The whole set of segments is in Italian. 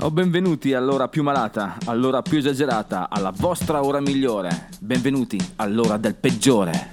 O benvenuti all'ora più malata, all'ora più esagerata, alla vostra ora migliore. Benvenuti all'ora del peggiore.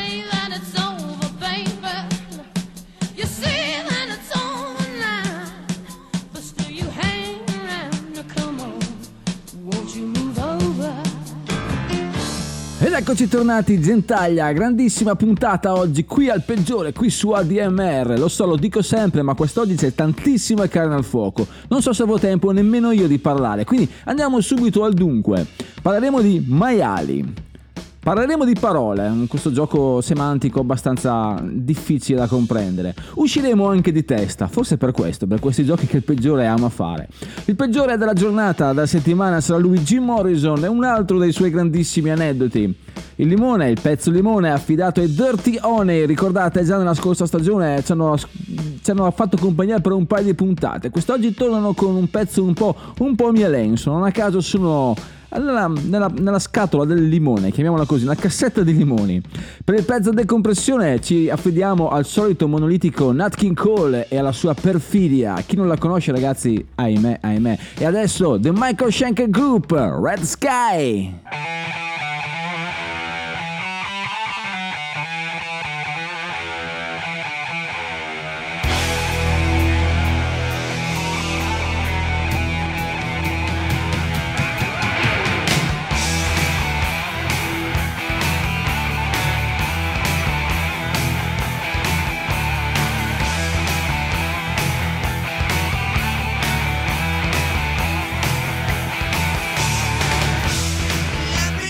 Ed eccoci tornati, gentaglia, grandissima puntata oggi qui al peggiore, qui su ADMR. Lo so, lo dico sempre, ma quest'oggi c'è tantissima carne al fuoco. Non so se avevo tempo nemmeno io di parlare, quindi andiamo subito al dunque. Parleremo di maiali. Parleremo di parole, questo gioco semantico abbastanza difficile da comprendere. Usciremo anche di testa, forse per questi giochi che il peggiore ama fare. Il peggiore della giornata, della settimana, sarà lui Jim Morrison e un altro dei suoi grandissimi aneddoti. Il limone, il pezzo limone affidato ai Dirty Honey, ricordate già nella scorsa stagione ci hanno fatto compagnia per un paio di puntate. Quest'oggi tornano con un pezzo un po' mielenso, non a caso sono nella scatola del limone, chiamiamola così, una cassetta di limoni. Per il pezzo decompressione ci affidiamo al solito monolitico Nat King Cole e alla sua perfidia. Chi non la conosce, ragazzi, ahimè. E adesso The Michael Schenker Group, Red Sky. Let me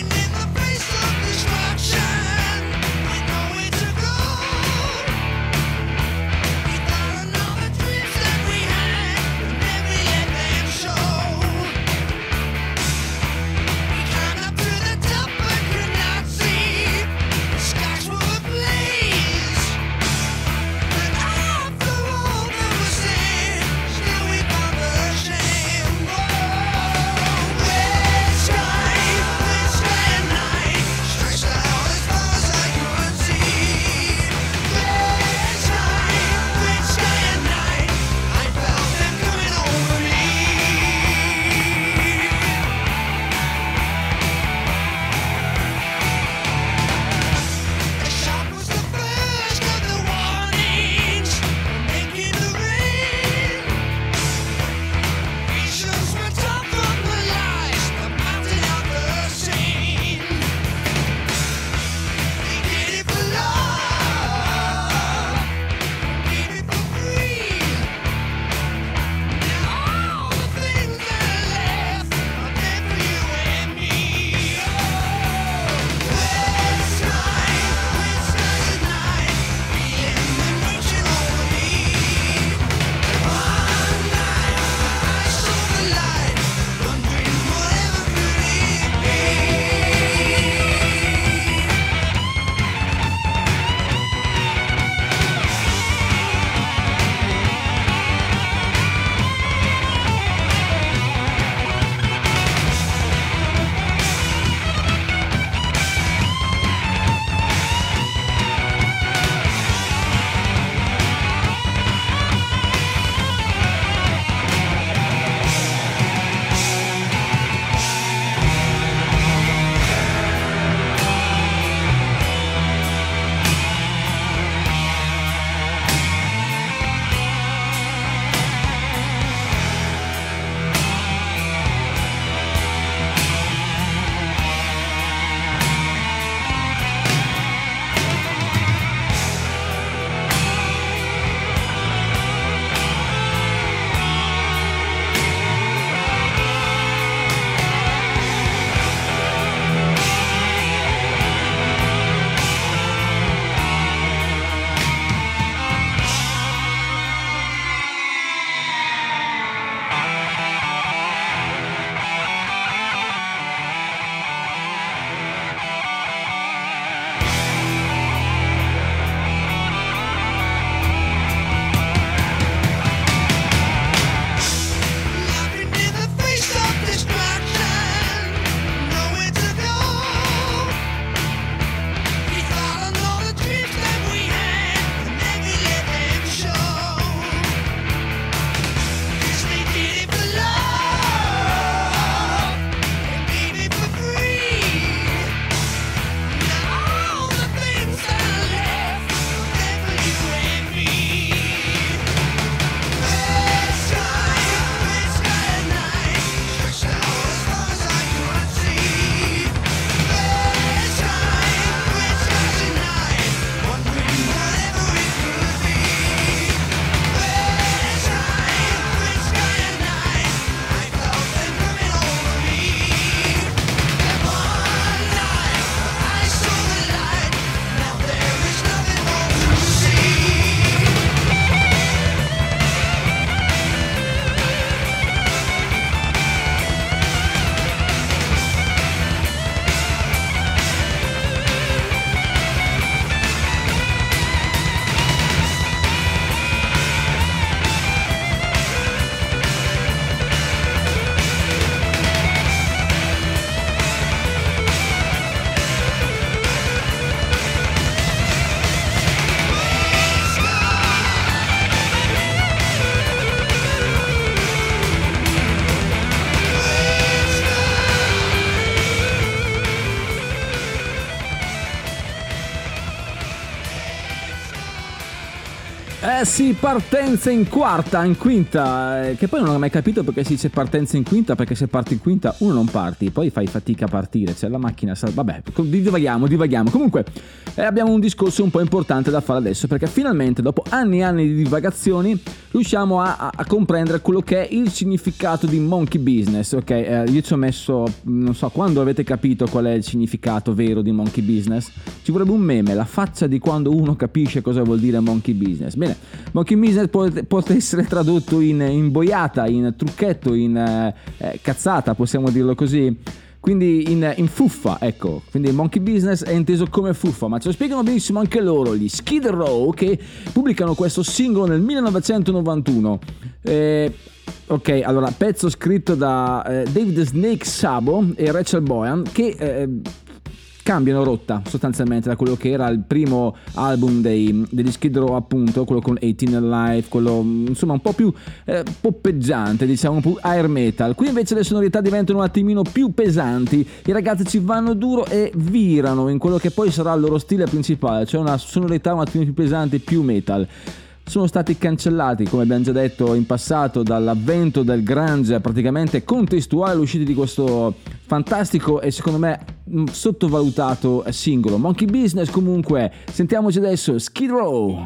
Eh sì, partenza in quarta, in quinta, che poi non ho mai capito perché si dice partenza in quinta, perché se parti in quinta uno non parti, poi fai fatica a partire, cioè la macchina vabbè, divaghiamo. Comunque abbiamo un discorso un po' importante da fare adesso, perché finalmente dopo anni e anni di divagazioni riusciamo a comprendere quello che è il significato di monkey business, ok? Io ci ho messo, non so, quando avete capito qual è il significato vero di monkey business? Ci vorrebbe un meme, la faccia di quando uno capisce cosa vuol dire monkey business. Bene, monkey business può essere tradotto in boiata, in trucchetto, in cazzata, possiamo dirlo così. Quindi in fuffa, ecco. Quindi monkey business è inteso come fuffa, ma ce lo spiegano benissimo anche loro, gli Skid Row, che pubblicano questo singolo nel 1991. Ok, allora, pezzo scritto da David Snake Sabo e Rachel Boyan, che cambiano rotta sostanzialmente da quello che era il primo album degli Skid Row, appunto, quello con 18 Alive, quello insomma un po' più poppeggiante, diciamo, un po' air metal. Qui invece le sonorità diventano un attimino più pesanti, i ragazzi ci vanno duro e virano in quello che poi sarà il loro stile principale, cioè una sonorità un attimino più pesante, più metal. Sono stati cancellati, come abbiamo già detto in passato, dall'avvento del grunge praticamente contestuale all'uscita di questo fantastico e secondo me sottovalutato singolo. Monkey Business, comunque, sentiamoci adesso Skid Row.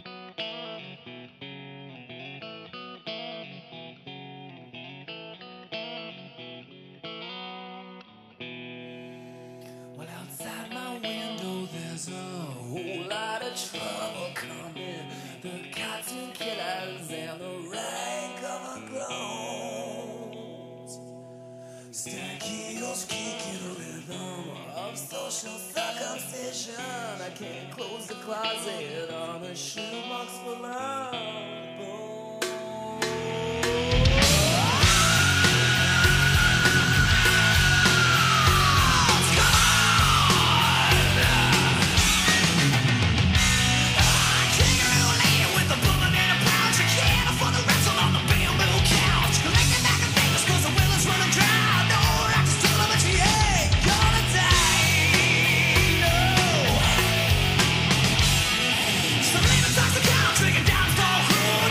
I can't close the closet on a shoebox full of Some living toxic country and down for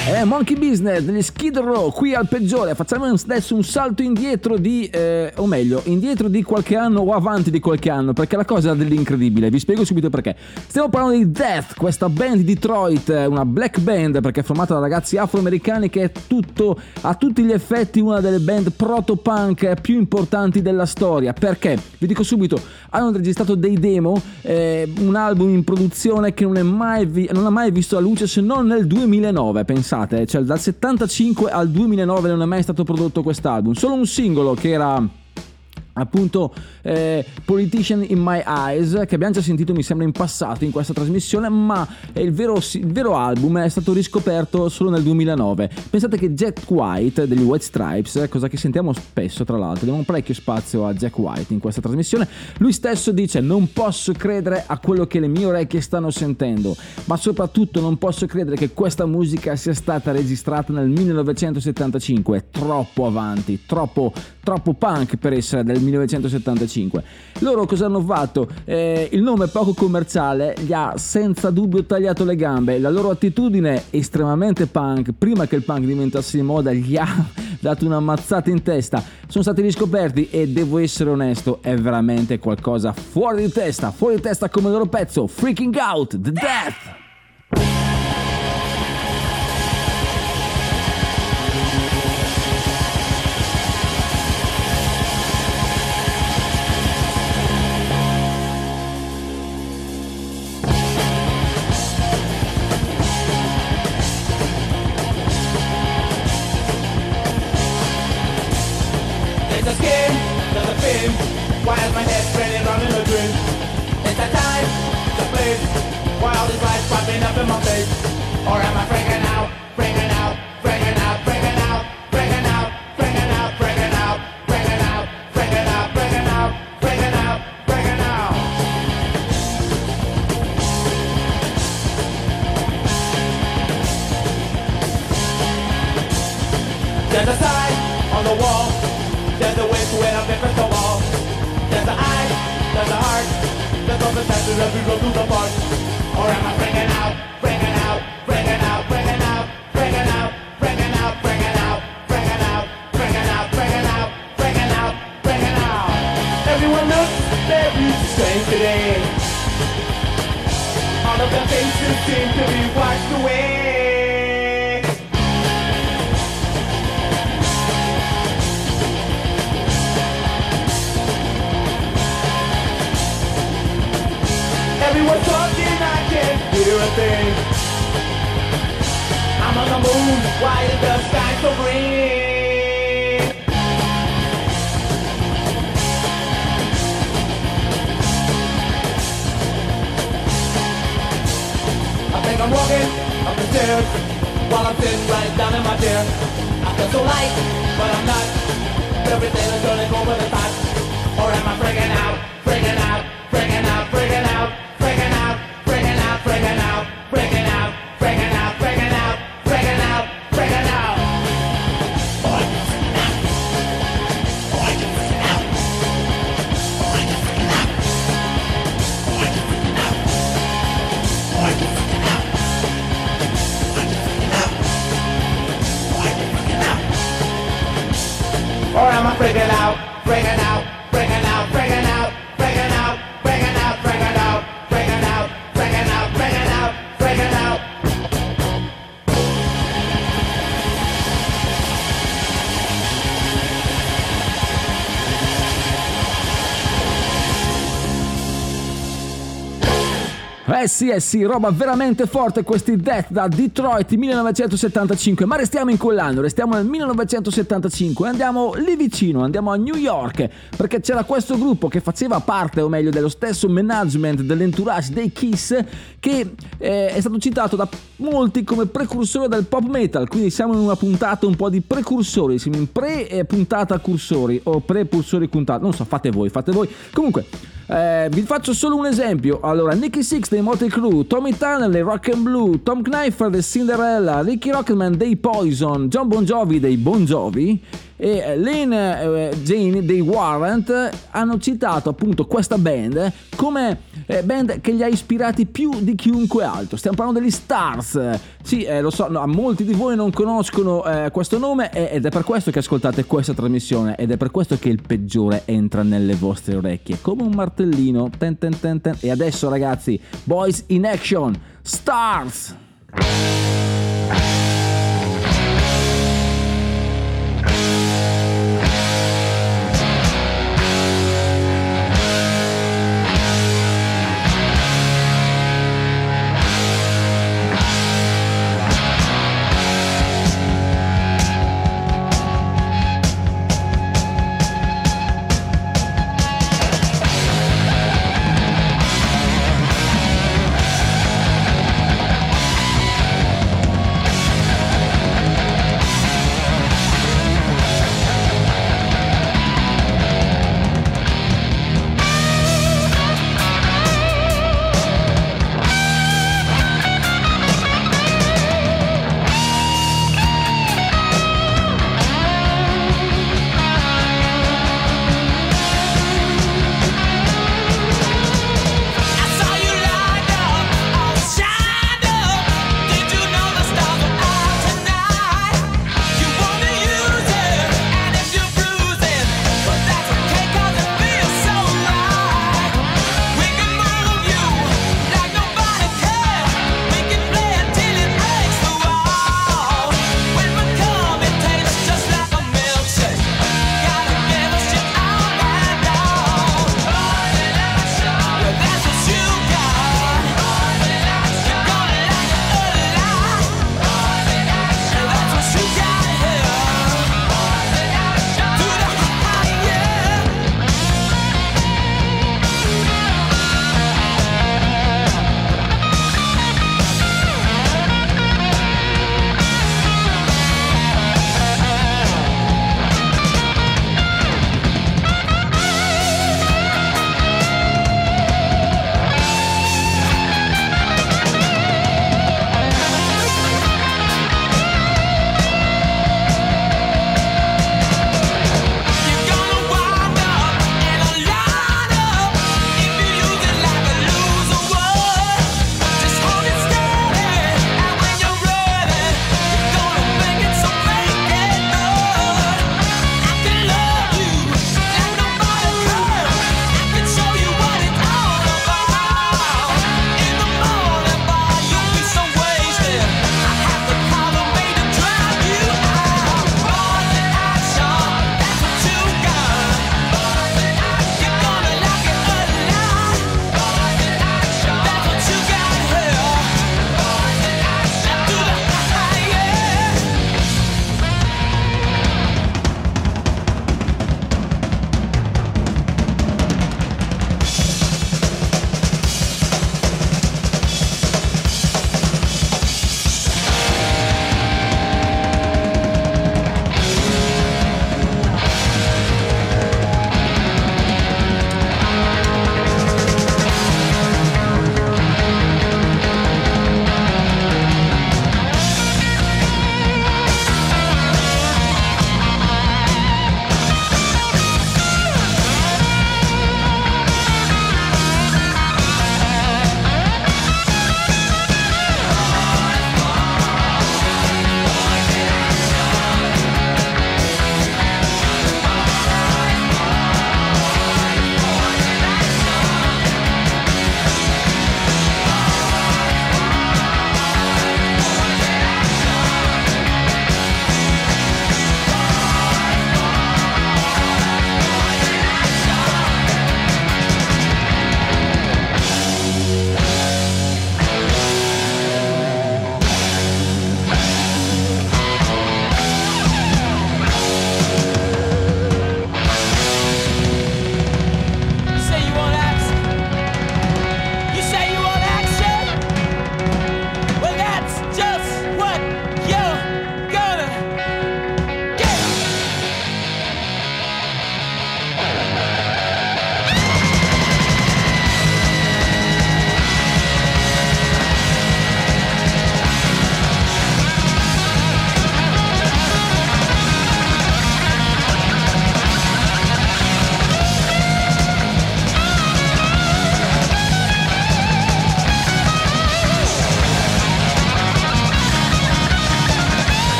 Monkey Business degli Skid Row qui al peggiore. Facciamo adesso un salto indietro o meglio, indietro di qualche anno o avanti di qualche anno, perché la cosa è dell'incredibile. Vi spiego subito perché. Stiamo parlando di Death, questa band di Detroit, una black band perché è formata da ragazzi afroamericani, che è a tutti gli effetti una delle band proto-punk più importanti della storia. Perché? Vi dico subito, hanno registrato dei demo, un album in produzione che non ha mai visto la luce se non nel 2009, pensate, cioè dal 75 al 2009 non è mai stato prodotto quest'album, solo un singolo che era appunto Politician in My Eyes, che abbiamo già sentito mi sembra in passato in questa trasmissione, ma il vero album è stato riscoperto solo nel 2009. Pensate che Jack White degli White Stripes, cosa che sentiamo spesso tra l'altro, diamo parecchio spazio a Jack White in questa trasmissione, lui stesso dice: non posso credere a quello che le mie orecchie stanno sentendo, ma soprattutto non posso credere che questa musica sia stata registrata nel 1975, è troppo avanti, troppo punk per essere del 1975. Loro cosa hanno fatto? Il nome poco commerciale gli ha senza dubbio tagliato le gambe. La loro attitudine estremamente punk, prima che il punk diventasse di moda, gli ha dato una mazzata in testa. Sono stati riscoperti e devo essere onesto, è veramente qualcosa fuori di testa come il loro pezzo Freaking Out, The Death. Why is my head spinning round in a dream? It's that time to play. Why all these lights popping up in my face? Or am I freaking out, freaking out, freaking out, freaking out, freaking out, freaking out, freaking out, freaking out, freaking out, freaking out, freaking out, freaking out? There's a sign on the wall. There's a way to it up in crystal ball. There's the eye, there's the heart. There's all the senses as we go through the park. Or am I freaking out, freaking out, freaking out, freaking out, freaking out, freaking out, freaking out, freaking out, freaking out, freaking out, freaking out, freaking out? Everyone looks very strange today. All of their faces seem to be washed away. Everyone's talking, I can't hear a thing. I'm on the moon, why is the sky so green? I think I'm walking up the stairs while I'm sitting right down in my chair. I feel so light, but I'm not. Everything is turning over the top. Or am I freaking out, freaking out, freaking out, freaking out? Freaking out, freaking out, freaking out, freaking out, freaking out, freaking out, freaking out, freaking out. Oh, I can freaking out. Oh, I can freaking out. Oh, I can freaking out. Oh, I can freaking out. Oh, I can freaking out. I can freaking out. Oh, I can freaking out. Or am I freaking out, freaking out, freaking out, freaking out, freaking out, freaking out, freaking out? Eh sì, roba veramente forte questi Death da Detroit 1975, ma restiamo incollando, restiamo nel 1975 e andiamo lì vicino, andiamo a New York, perché c'era questo gruppo che faceva parte, o meglio, dello stesso management dell'entourage dei Kiss, che è stato citato da molti come precursore del pop metal, quindi siamo in una puntata un po' di precursori, siamo in pre-puntata cursori o pre-cursori puntata, non so, fate voi. Comunque vi faccio solo un esempio. Allora, Nicky Six dei Motley Crue, Tommy Turner dei Rock and Blue, Tom Kneifer dei Cinderella, Ricky Rocketman dei Poison, John Bon Jovi dei Bon Jovi e Lane Jane dei Warrant hanno citato appunto questa band come band che li ha ispirati più di chiunque altro. Stiamo parlando degli Stars. Sì, lo so, no, molti di voi non conoscono questo nome ed è per questo che ascoltate questa trasmissione ed è per questo che il peggiore entra nelle vostre orecchie come un martellino. Ten, ten, ten, ten. E adesso ragazzi, Boys in Action, Stars!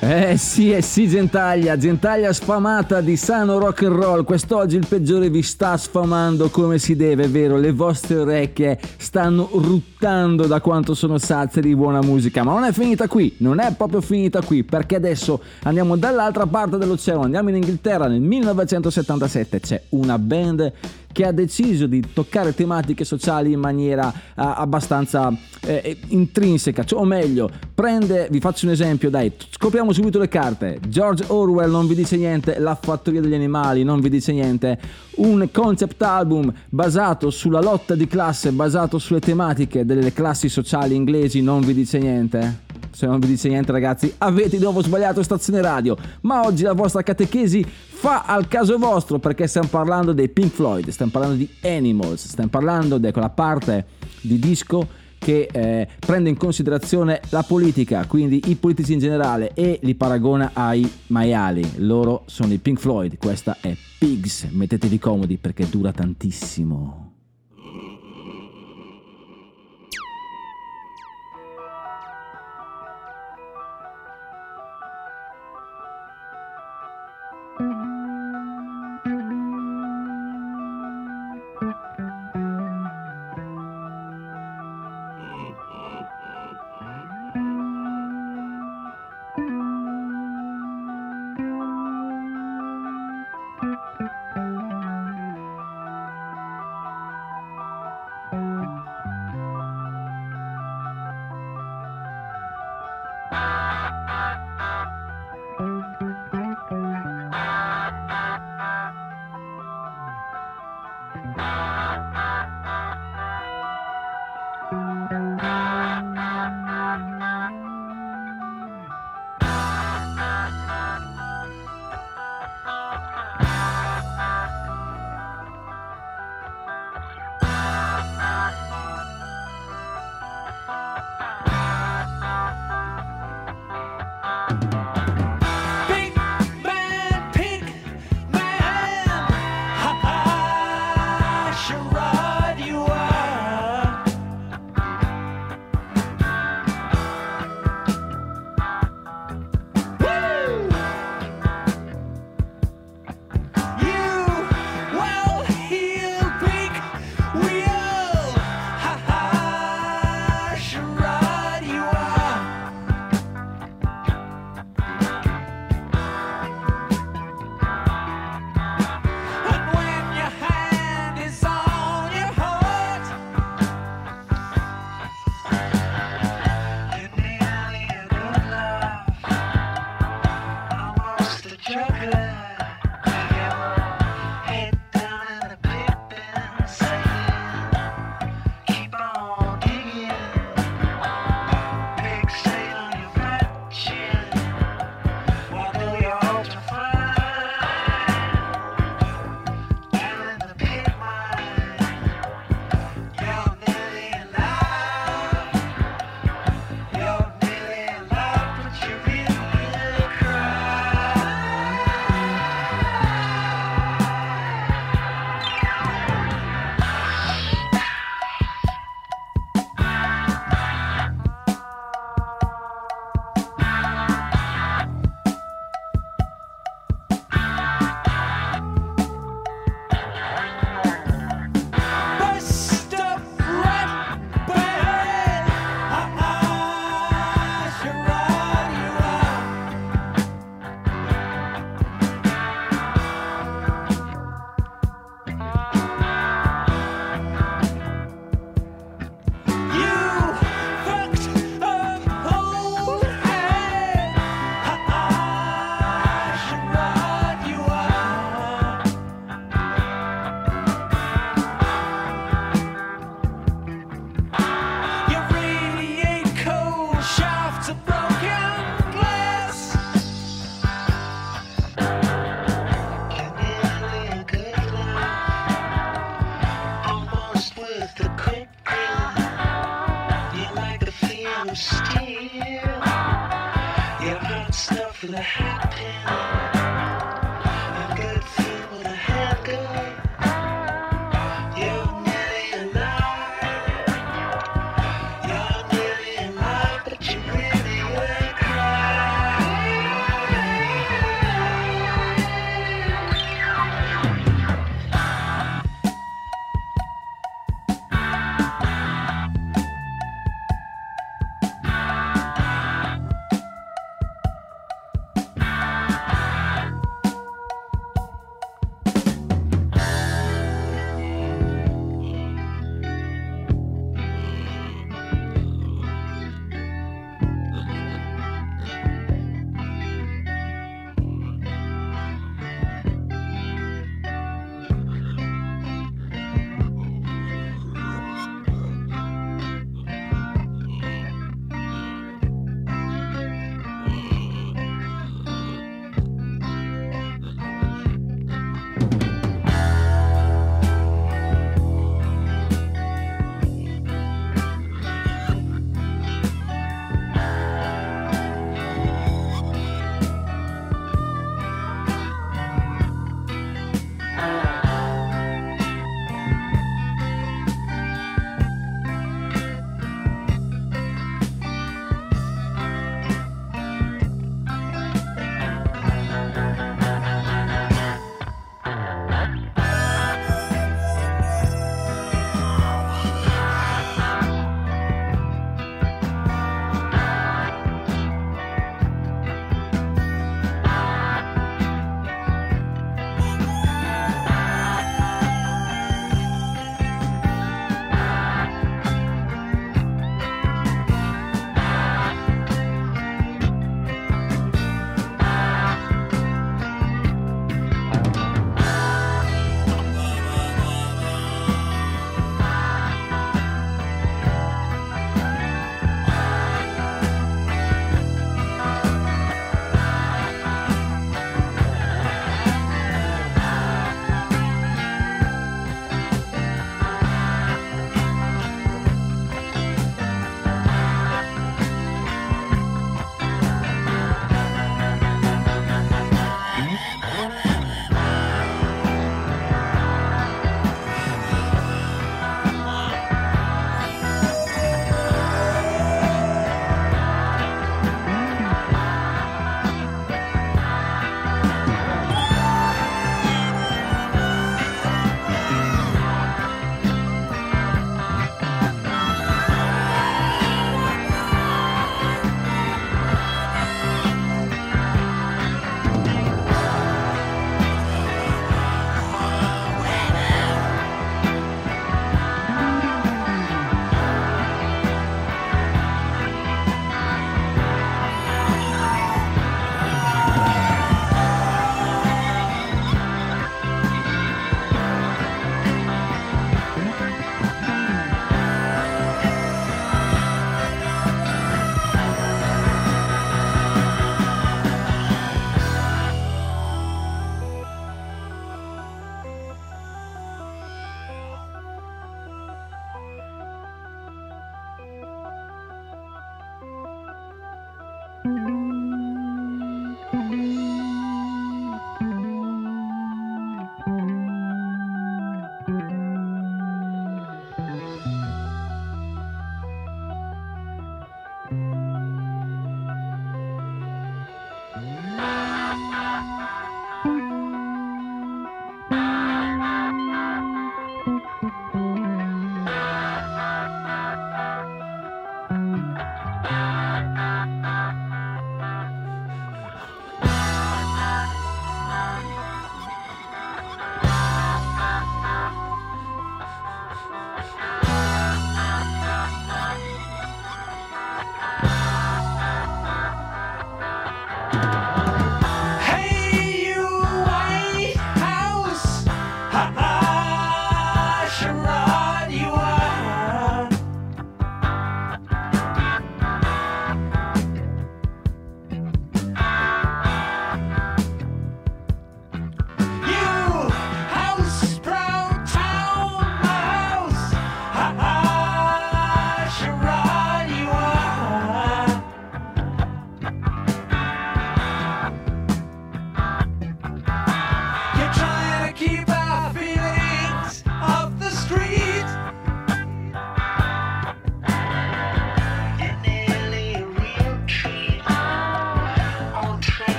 Sì, Gentaglia sfamata di sano rock and roll. Quest'oggi il peggiore vi sta sfamando come si deve, è vero? Le vostre orecchie stanno ruttando da quanto sono sazie di buona musica. Ma non è finita qui, non è proprio finita qui, perché adesso andiamo dall'altra parte dell'oceano, andiamo in Inghilterra. Nel 1977 c'è una band che ha deciso di toccare tematiche sociali in maniera abbastanza intrinseca, cioè, o meglio, vi faccio un esempio, dai, scopriamo subito le carte. George Orwell non vi dice niente, La fattoria degli animali non vi dice niente, un concept album basato sulla lotta di classe, basato sulle tematiche delle classi sociali inglesi non vi dice niente? Se non vi dice niente, ragazzi, avete di nuovo sbagliato stazione radio, ma oggi la vostra catechesi fa al caso vostro, perché stiamo parlando dei Pink Floyd, stiamo parlando di Animals, stiamo parlando di quella parte di disco che prende in considerazione la politica, quindi i politici in generale, e li paragona ai maiali. Loro sono i Pink Floyd, questa è Pigs. Mettetevi comodi perché dura tantissimo.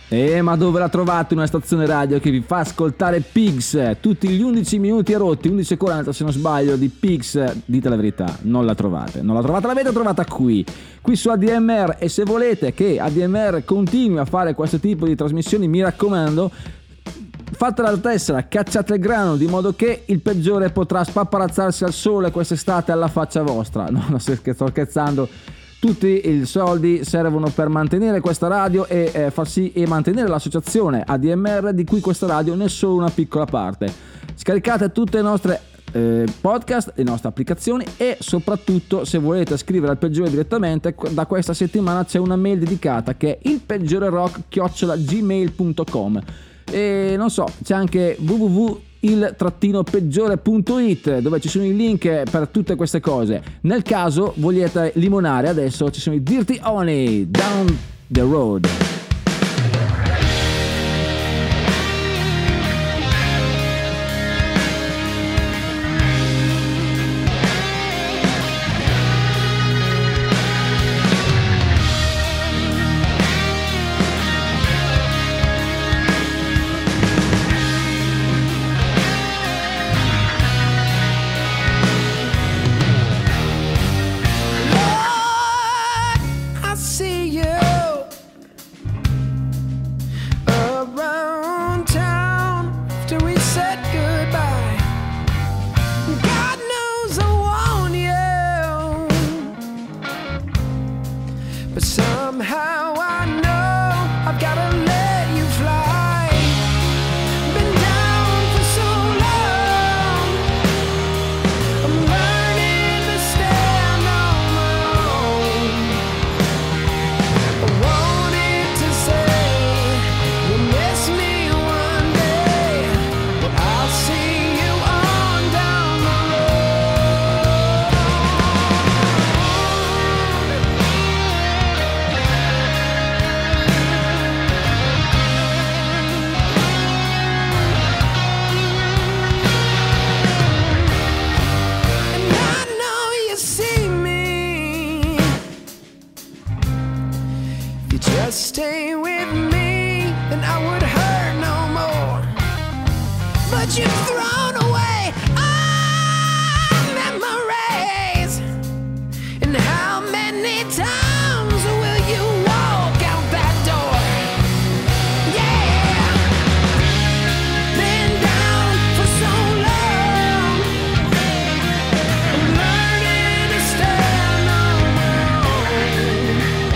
Ma dove la trovate una stazione radio che vi fa ascoltare Pigs? Tutti gli 11 minuti e rotti, 11:40 se non sbaglio, di Pigs, dite la verità, non la trovate, l'avete trovata qui su ADMR, e se volete che ADMR continui a fare questo tipo di trasmissioni, mi raccomando, fate la tessera, cacciate il grano, di modo che il peggiore potrà spaparazzarsi al sole quest'estate alla faccia vostra. No, sto scherzando. Tutti i soldi servono per mantenere questa radio e far sì e mantenere l'associazione ADMR, di cui questa radio ne è solo una piccola parte. Scaricate tutte le nostre podcast, le nostre applicazioni, e soprattutto, se volete scrivere al peggiore direttamente, da questa settimana c'è una mail dedicata che è ilpeggiore@gmail.com, e non so, c'è anche il-peggiore.it, dove ci sono i link per tutte queste cose. Nel caso vogliate limonare, adesso ci sono i Dirty Honey, Down the Road. Stay with me, then I would hurt no more. But you've thrown away all memories. And how many times will you walk out that door? Yeah, been down for so long, I'm learning to stand on my own.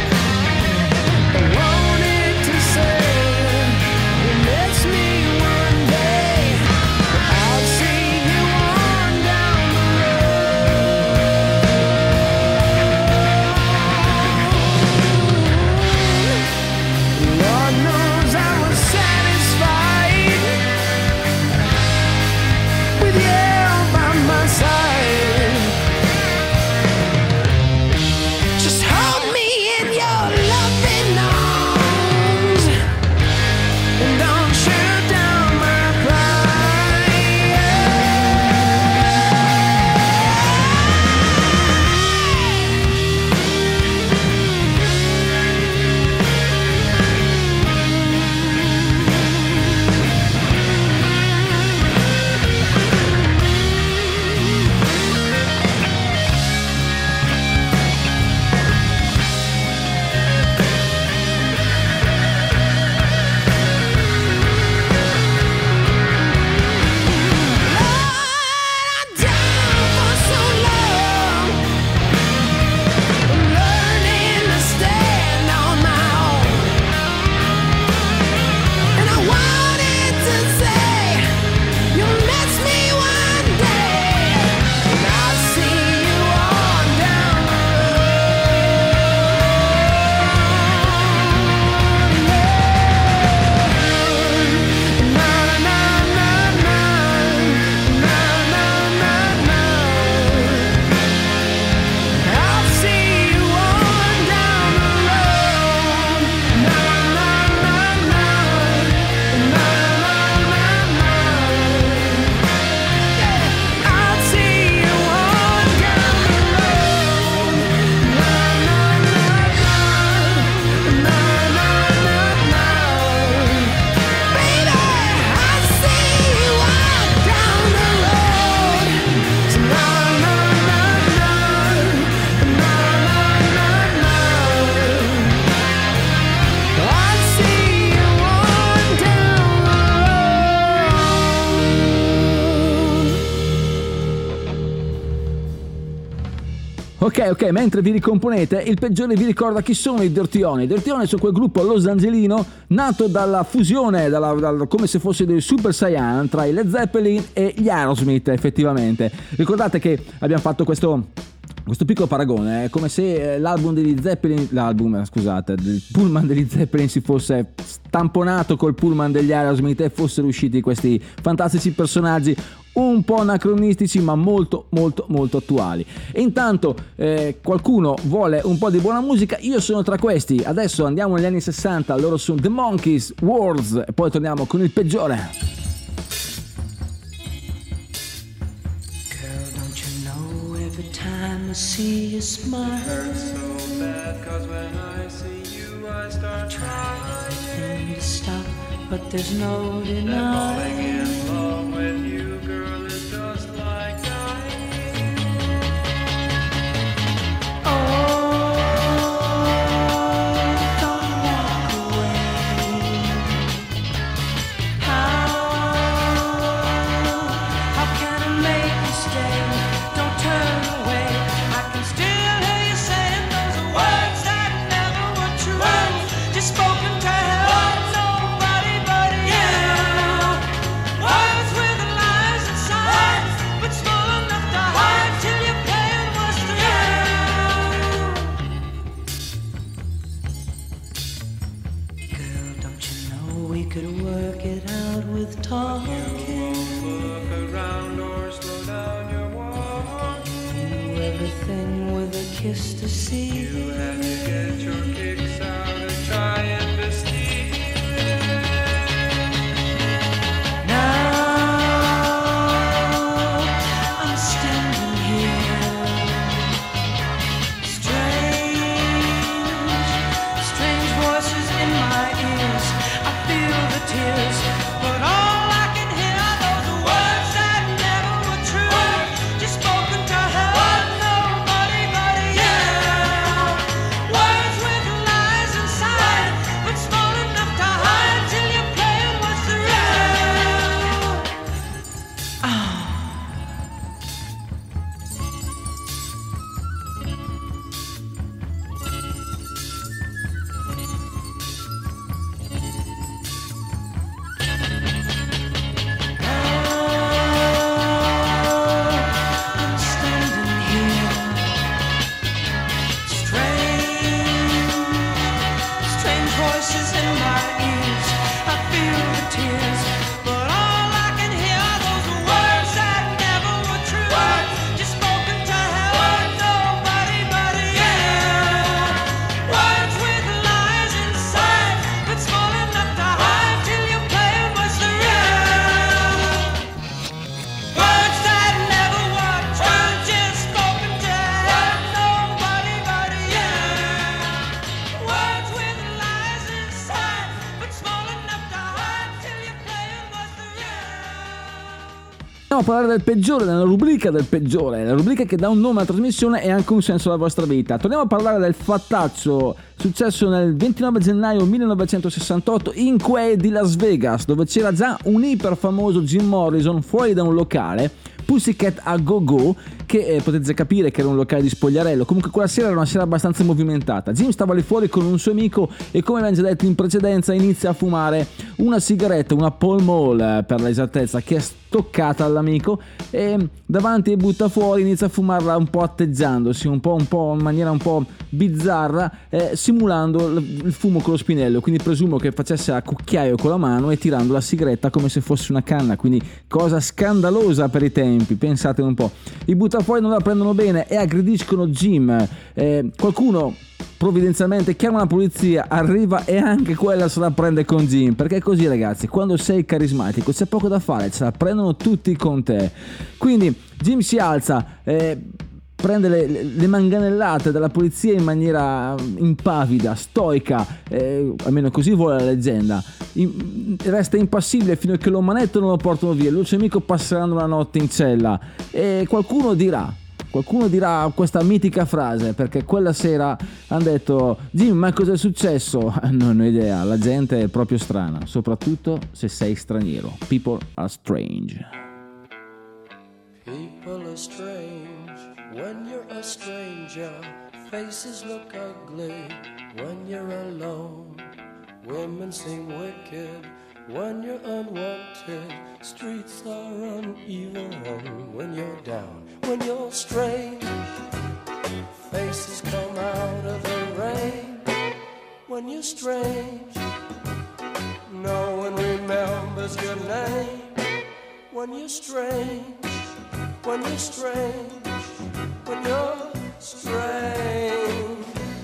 I wanted to say you miss me one day, but I'll see you Ok, mentre vi ricomponete, il peggiore vi ricorda chi sono i Dirty Honey. I Dirty Honey sono quel gruppo losangelino nato dalla fusione, come se fosse dei Super Saiyan tra i Led Zeppelin e gli Aerosmith, effettivamente. Ricordate che abbiamo fatto questo piccolo paragone, è come se del pullman degli Zeppelin si fosse stamponato col pullman degli Aerosmith e fossero usciti questi fantastici personaggi un po' anacronistici ma molto molto molto attuali. E intanto qualcuno vuole un po' di buona musica, io sono tra questi. Adesso andiamo negli anni 60, loro sono The Monkees, Words, e poi torniamo con il peggiore. I see you smile. It hurts so bad, 'cause when I see you I start trying to stop, but there's no that denying. falling in love with you, girl, is just like dying. Oh, don't walk away. How can I make you stay? Don't turn away. I can still hear you saying those words that never were true. Just spoken to help nobody but you. Words with lies inside, but small enough to hide till your plan was through. Girl, don't you know we could work it out with talking? Look around or slow down your walk. Do everything with a kiss to see. You have to get your kicks out and try and be stealing. Now I'm standing here, strange voices in my ears. I feel the tears, but all I can hear are those words that never were true. Just spoken to help nobody but you. Words with lies inside, but small enough to hide till your plan was through. I'm standing here, strange voices in my ears. I feel the tears, but all I can hear are those words that never were true. Just spoken to help nobody but you. Words with lies inside, but small enough to hide till your plan was through. Words that never were true, just spoken to help nobody but you. Words with lies inside, but small enough to hide till your plan was through. Andiamo a parlare del peggiore, nella rubrica del peggiore, la rubrica che dà un nome alla trasmissione e anche un senso alla vostra vita. Torniamo a parlare del fattaccio successo nel 29 gennaio 1968 in quei di Las Vegas, dove c'era già un iper famoso Jim Morrison fuori da un locale, Pussycat a Go Go, che potete capire che era un locale di spogliarello. Comunque quella sera era una sera abbastanza movimentata. Jim stava lì fuori con un suo amico e, come abbiamo già detto in precedenza, inizia a fumare una sigaretta, una Pall Mall per l'esattezza, che è stoccata all'amico, e davanti e butta fuori, inizia a fumarla un po' atteggiandosi, un po' in maniera un po' bizzarra, simulando il fumo con lo spinello. Quindi presumo che facesse a cucchiaio con la mano e tirando la sigaretta come se fosse una canna, quindi cosa scandalosa per i tempi, pensate un po'. I butta fuori non la prendono bene e aggrediscono Jim. Qualcuno provvidenzialmente chiama la polizia, arriva e anche quella se la prende con Jim, perché è così, ragazzi, quando sei carismatico c'è poco da fare, ce la prendono tutti con te. Quindi Jim si alza, prende le manganellate della polizia in maniera impavida, stoica, almeno così vuole la leggenda. Resta impassibile fino a che lo manettano e lo portano via. Lui e il suo amico passeranno la notte in cella e qualcuno dirà questa mitica frase, perché quella sera hanno detto: Jim, ma cosa è successo? Non ho idea, la gente è proprio strana, soprattutto se sei straniero. People are strange. People are strange when you're a stranger. Faces look ugly when you're alone. Women seem wicked when you're unwanted. Streets are uneven when you're down. When you're strange, faces come out of the rain. When you're strange, no one remembers your name. When you're strange, when you're strange, when you're strange.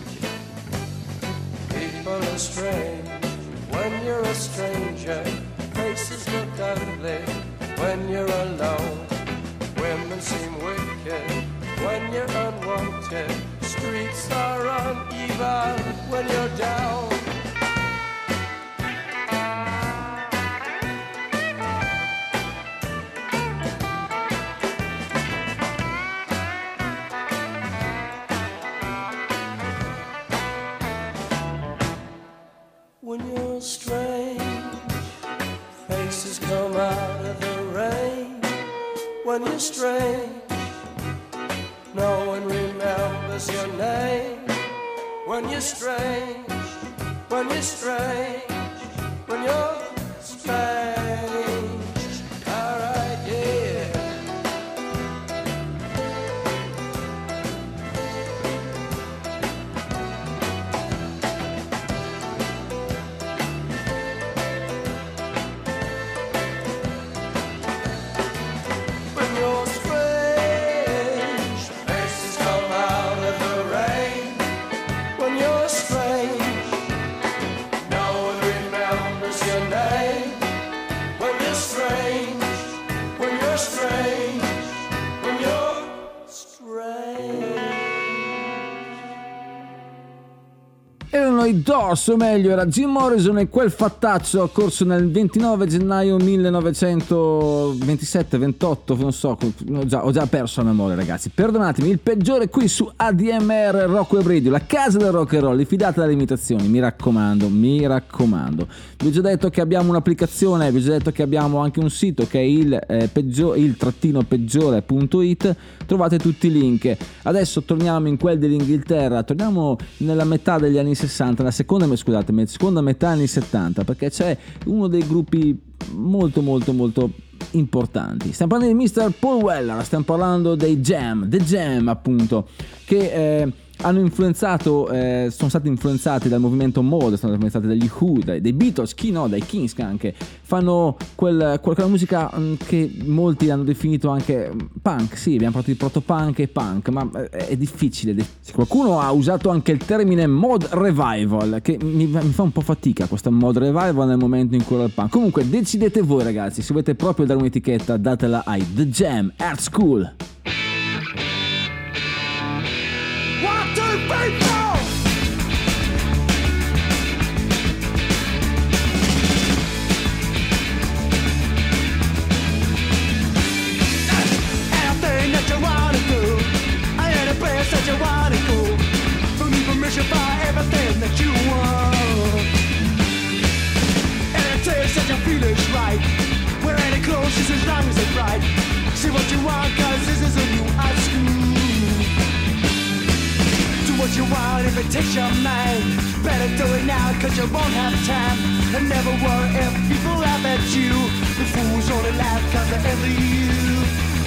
People are strange when you're a stranger. Faces look ugly when you're alone. Women seem wicked when you're unwanted. Streets are uneven when you're down. When you're strange, faces come out of the rain. When you're strange, no one remembers your name. When you're strange, when you're strange, when you're strange. All right, yeah. When you're strange, faces come out of the rain. When you're strange, no one remembers your name. When you're strange, when you're strange, when you're strange. Erano i Doors, o meglio era Jim Morrison e quel fattaccio occorso nel 29 gennaio 1927-28, non so, ho già perso la memoria, ragazzi, perdonatemi. Il peggiore qui su ADMR Rock Web Radio, la casa del rock and roll. Diffidate dalle imitazioni, mi raccomando. Vi ho già detto che abbiamo un'applicazione, vi ho già detto che abbiamo anche un sito che è il-peggiore.it. trovate tutti i link. Adesso torniamo in quel dell'Inghilterra, torniamo nella metà degli anni 60, la seconda metà anni 70, perché c'è uno dei gruppi molto importanti. Stiamo parlando di Mr. Paul Weller, stiamo parlando dei Jam, The Jam appunto, che hanno influenzato, sono stati influenzati dal movimento mod, sono influenzati dagli Who, dai Beatles, chi no, dai Kings anche. Fanno quella musica che molti hanno definito anche punk. Sì, abbiamo parlato di proto-punk e punk, ma è difficile. Qualcuno ha usato anche il termine mod revival, che mi fa un po' fatica questa mod revival nel momento in cui era il punk. Comunque decidete voi, ragazzi, se volete proprio dare un'etichetta, datela ai The Jam, Art School. See what you want, cause this is a new high school. Do what you want if it takes your mind. Better do it now, cause you won't have time. And never worry if people laugh at you. The fools only laugh cause they envy you.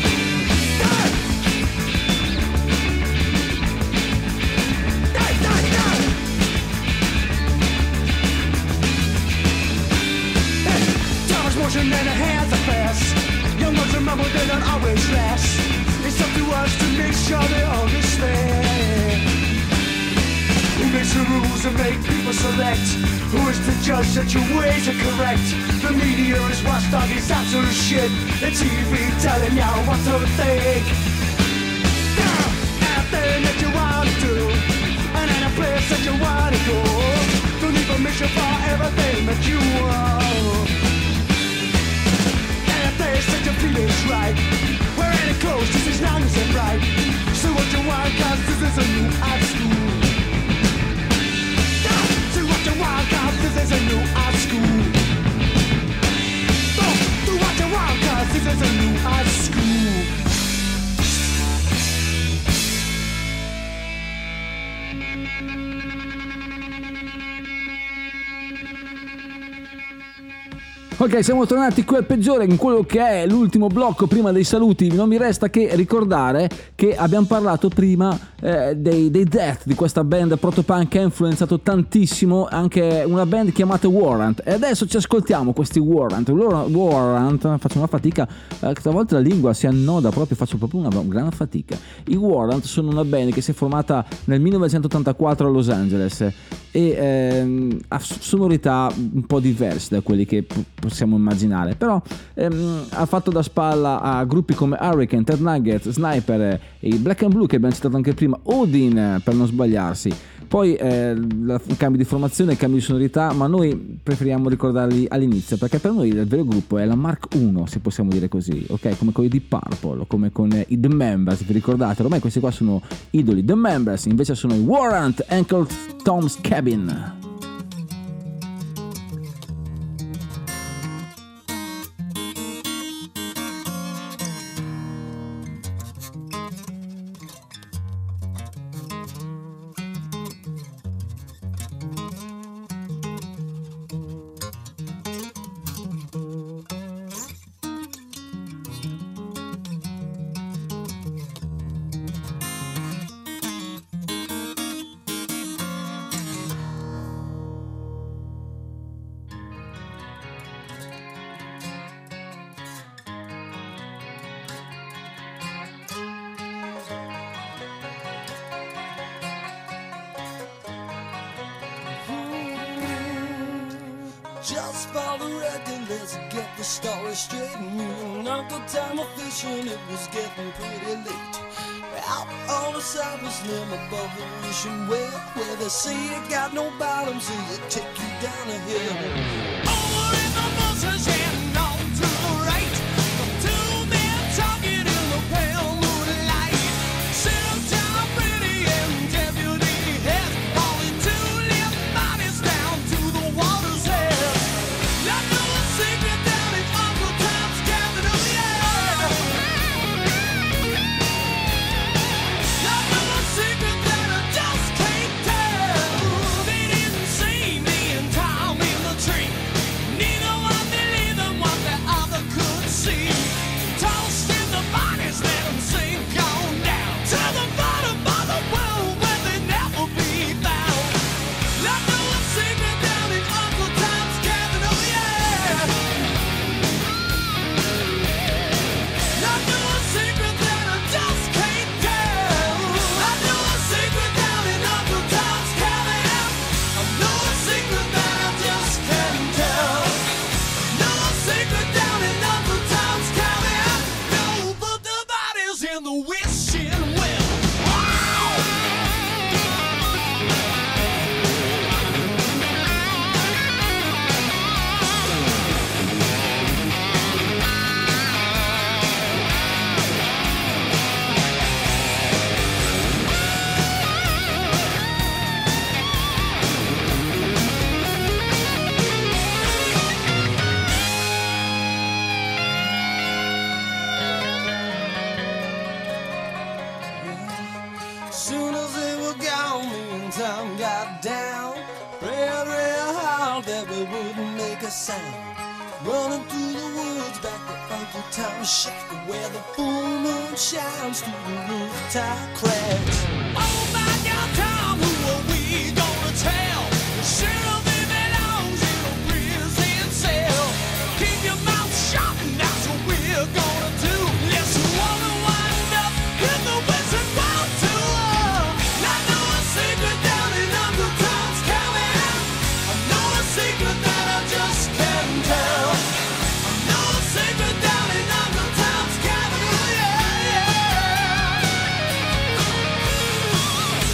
Time is motion and the hands are fast. Young ones remember they don't always last. It's up to us to make sure they understand. Who makes the rules and make people select? Who is to judge that your ways are correct? The media is watchdog, it's absolute shit. The TV telling you what to think. Anything that you want to do, and any place that you want to go. Don't need permission for everything that you want. That you feel is right. Wear any clothes just as long as they're right. So what you want, cause this is a new high school. See what you want, cause this is a new high school. Do what you want, cause this is a new high school. Ok, siamo tornati qui al peggiore in quello che è l'ultimo blocco prima dei saluti. Non mi resta che ricordare che abbiamo parlato prima dei Death, di questa band protopunk che ha influenzato tantissimo anche una band chiamata Warrant, e adesso ci ascoltiamo questi Warrant. Faccio una fatica, stavolta la lingua si annoda proprio, faccio proprio una gran fatica. I Warrant sono una band che si è formata nel 1984 a Los Angeles e ha sonorità un po' diverse da quelli che possiamo immaginare, però ha fatto da spalla a gruppi come Hurricane, Ted Nugget, Sniper, i Black and Blue che abbiamo citato anche prima, Odin per non sbagliarsi. Poi cambio di formazione, cambio di sonorità, ma noi preferiamo ricordarli all'inizio, perché per noi il vero gruppo è la Mark 1, se possiamo dire così, ok? Come con i Deep Purple, come con i The Members, vi ricordate? Ormai questi qua sono idoli. The Members invece sono i Warrant, Uncle Tom's Cabin. Just for the record, let's get the story straight. Me and Uncle Tom were fishing, it was getting pretty late. Out on the Cypress Limb above the ocean well, where they say you got no bottom, so you take you down a hill. Over in the bushes and on to the right, two men talking in the pale moonlight. Sit down pretty and deputy head, falling two limp bodies down to the water's edge. I know a secret down in Uncle Tom's cabin, oh yeah. I know a secret that I just can't tell. They didn't see me and Tom in the tree. Neither one believed them what the other could see. Tossed in the bodies, let them sink on down to the bottom of the world where they never be found. I know a secret down in Uncle Tom's cabin, oh yeah. I know a secret that I just can't tell. I know a secret down in Uncle Tom's cabin. I know a secret that I just can't tell. Know a secret down in Uncle Tom's cabin. No, but the body's in the wishing well. Wow! Soon as they were gone, me and Tom got down. Prayed real hard that we wouldn't make a sound. Running through the woods back to Uncle Tom's shack, where the full moon shines through the rooftop cracks. Oh my God, Tom, who are we gonna tell? Surely belongs in a prison cell. Keep your mouth shut, and that's what we're gonna do. Let's wanna wind up in the wizard world too. I know a secret down in Uncle Tom's cabin. I know a secret that I just can't tell. I know a secret down in Uncle Tom's cabin. Oh yeah, yeah.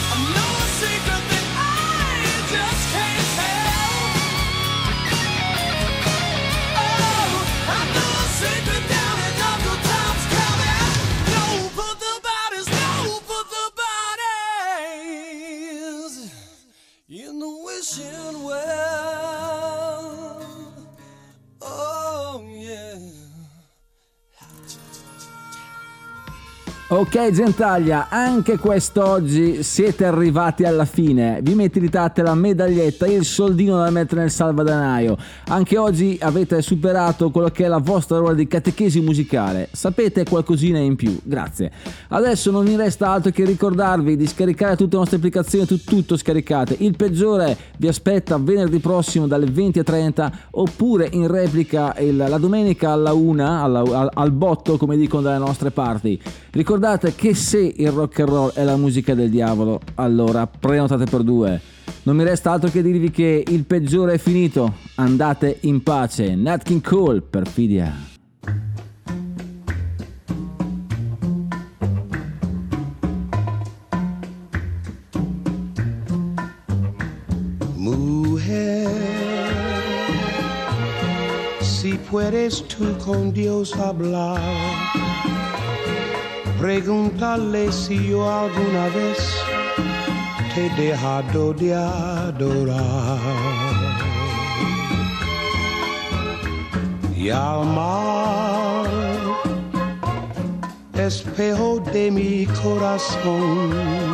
Ok Gentaglia, anche quest'oggi siete arrivati alla fine, vi meritate la medaglietta, il soldino da mettere nel salvadanaio. Anche oggi avete superato quello che è la vostra ora di catechesi musicale, sapete qualcosina in più, grazie. Adesso non mi resta altro che ricordarvi di scaricare tutte le nostre applicazioni, tutto scaricate. Il peggiore vi aspetta venerdì prossimo dalle 20:30 oppure in replica la domenica alla 1 al botto, come dicono dalle nostre parti. Ricordate che se il rock and roll è la musica del diavolo, allora prenotate per 2. Non mi resta altro che dirvi che il peggiore è finito. Andate in pace. Nat King Cole, Perfidia. Mujer, si puedes tú con Dios hablar, pregúntale si yo alguna vez te he dejado de adorar. Y al mar, espejo de mi corazón,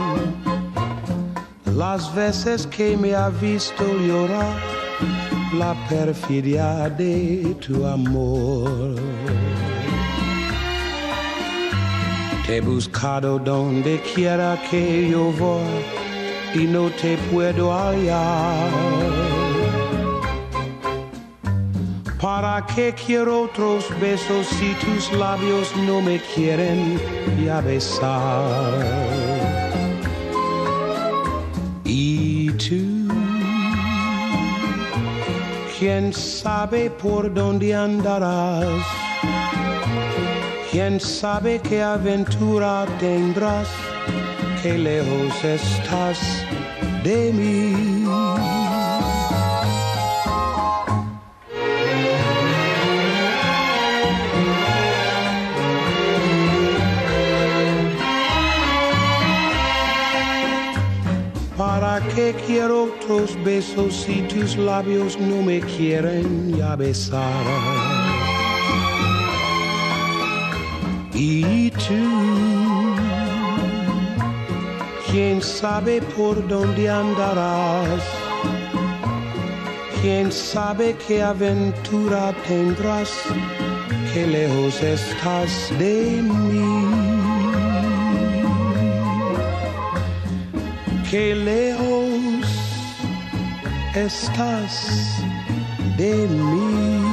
las veces que me ha visto llorar, la perfidia de tu amor. Te he buscado donde quiera que yo voy y no te puedo hallar. ¿Para qué quiero otros besos si tus labios no me quieren ya besar? Y tú, ¿quién sabe por dónde andarás? ¿Quién sabe qué aventura tendrás? Qué lejos estás de mí. ¿Para qué quiero otros besos si tus labios no me quieren ya besar? Y tú, ¿quién sabe por dónde andarás? ¿Quién sabe qué aventura tendrás? Qué lejos estás de mí. Qué lejos estás de mí.